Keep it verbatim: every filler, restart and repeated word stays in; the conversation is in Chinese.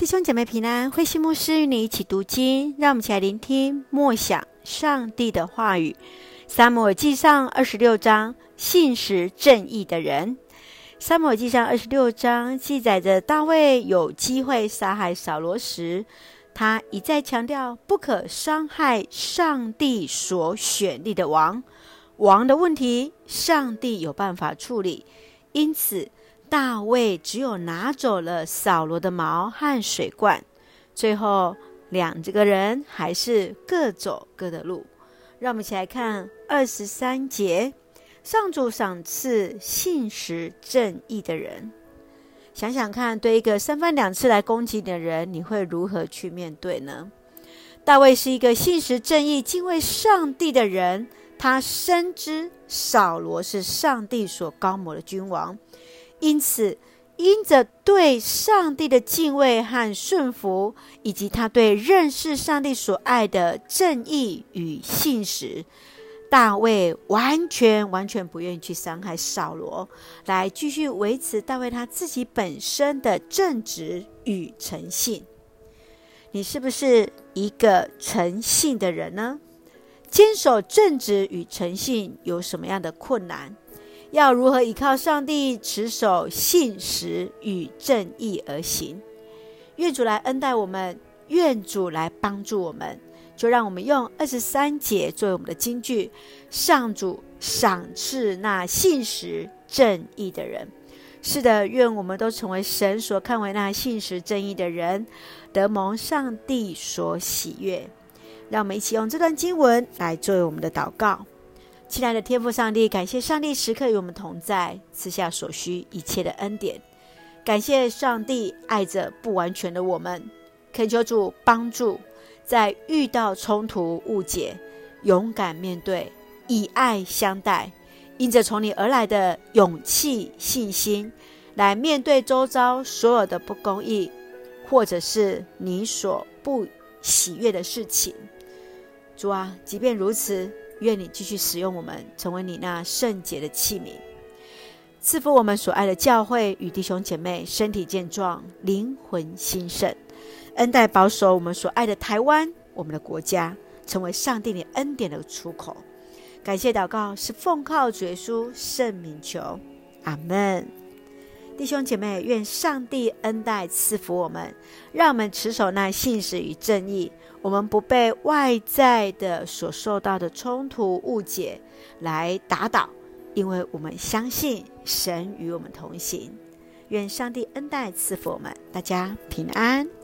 弟兄姐妹平安，慧馨牧师与你一起读经，让我们一起来聆听默想上帝的话语。撒母耳记上二十六章，信实正义的人。撒母耳记上二十六章记载着大卫有机会杀害扫罗时，他一再强调不可伤害上帝所选立的王，王的问题上帝有办法处理，因此大卫只有拿走了扫罗的矛和水罐，最后两个人还是各走各的路。让我们一起来看二十三节，上主赏赐信实正义的人。想想看，对一个三番两次来攻击你的人，你会如何去面对呢？大卫是一个信实正义敬畏上帝的人，他深知扫罗是上帝所膏抹的君王，因此因着对上帝的敬畏和顺服，以及他对认识上帝所爱的正义与信实，大卫完全完全不愿意去伤害扫罗，来继续维持大卫他自己本身的正直与诚信。你是不是一个诚信的人呢？坚守正直与诚信有什么样的困难？要如何依靠上帝持守信实与正义而行？愿主来恩待我们，愿主来帮助我们。就让我们用二十三节作为我们的金句，上主赏赐那信实正义的人。是的，愿我们都成为神所看为那信实正义的人，得蒙上帝所喜悦。让我们一起用这段经文来作为我们的祷告。亲爱的天父上帝，感谢上帝时刻与我们同在，赐下所需一切的恩典。感谢上帝爱着不完全的我们，恳求主帮助，在遇到冲突误解，勇敢面对，以爱相待，因着从你而来的勇气信心，来面对周遭所有的不公义，或者是你所不喜悦的事情。主啊，即便如此，愿你继续使用我们，成为你那圣洁的器皿，赐福我们所爱的教会与弟兄姐妹身体健壮，灵魂兴盛，恩待保守我们所爱的台湾，我们的国家，成为上帝你恩典的出口。感谢祷告是奉靠主耶稣圣名求，阿们。弟兄姐妹，愿上帝恩待赐福我们，让我们持守那信实与正义，我们不被外在的所受到的冲突误解来打倒，因为我们相信神与我们同行。愿上帝恩待赐福我们，大家平安。